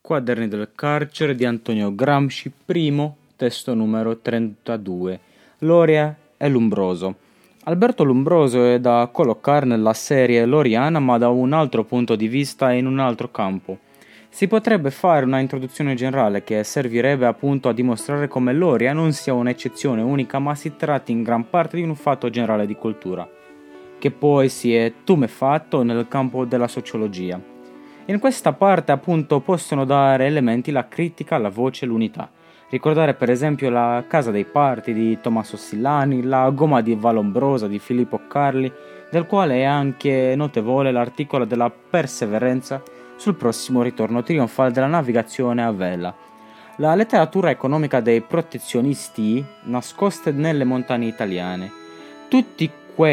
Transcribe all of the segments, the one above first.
Quaderni del carcere di Antonio Gramsci, primo, testo numero 32, Loria e Lumbroso. Alberto Lumbroso è da collocare nella serie loriana, ma da un altro punto di vista e in un altro campo. Si potrebbe fare una introduzione generale che servirebbe appunto a dimostrare come Loria non sia un'eccezione unica, ma si tratti in gran parte di un fatto generale di cultura, che poi si è tumefatto nel campo della sociologia. In questa parte appunto possono dare elementi la critica, la voce e l'unità. Ricordare per esempio la Casa dei Parti di Tommaso Sillani, la Gomma di Vallombrosa di Filippo Carli, del quale è anche notevole l'articolo della Perseveranza sul prossimo ritorno trionfale della navigazione a vela. La letteratura economica dei protezionisti nascoste nelle montagne italiane. Tutti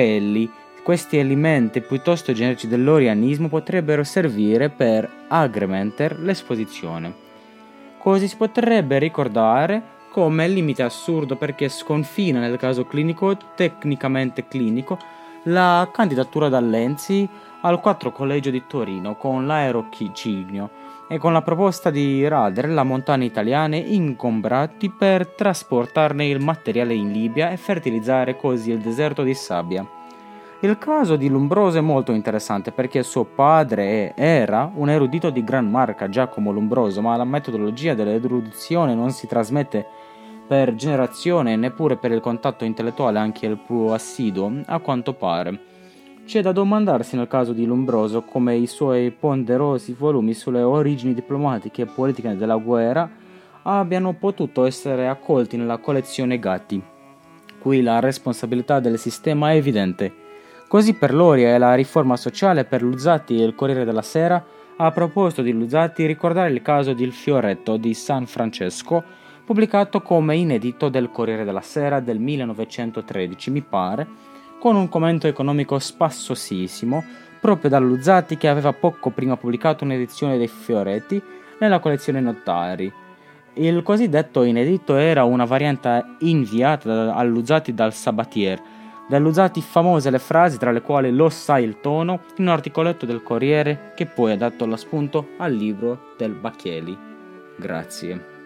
questi elementi piuttosto generici dell'orianismo potrebbero servire per agrementare l'esposizione. Così si potrebbe ricordare come limite assurdo perché sconfina nel caso clinico, tecnicamente clinico, la candidatura da Lenzi al 4 Collegio di Torino con l'aerochicinio e con la proposta di radere la montagna italiane ingombrati per trasportarne il materiale in Libia e fertilizzare così il deserto di sabbia. Il caso di Lumbroso è molto interessante perché suo padre era un erudito di gran marca, Giacomo Lumbroso, ma la metodologia dell'erudizione non si trasmette per generazione e neppure per il contatto intellettuale anche il più assiduo, a quanto pare. C'è da domandarsi nel caso di Lumbroso come i suoi ponderosi volumi sulle origini diplomatiche e politiche della guerra abbiano potuto essere accolti nella collezione Gatti. Qui la responsabilità del sistema è evidente. Così per Loria e la riforma sociale, per Luzzatti e il Corriere della Sera. A proposito di Luzzatti, ricordare il caso del Fioretto di San Francesco, pubblicato come inedito del Corriere della Sera del 1913, mi pare, con un commento economico spassosissimo, proprio da Luzzatti che aveva poco prima pubblicato un'edizione dei Fioretti nella collezione Notari. Il cosiddetto inedito era una variante inviata a Luzzatti dal Sabatier, da Luzzatti famose le frasi tra le quali "lo sa il tono" in un articoletto del Corriere che poi ha dato lo spunto al libro del Bacchieli. Grazie.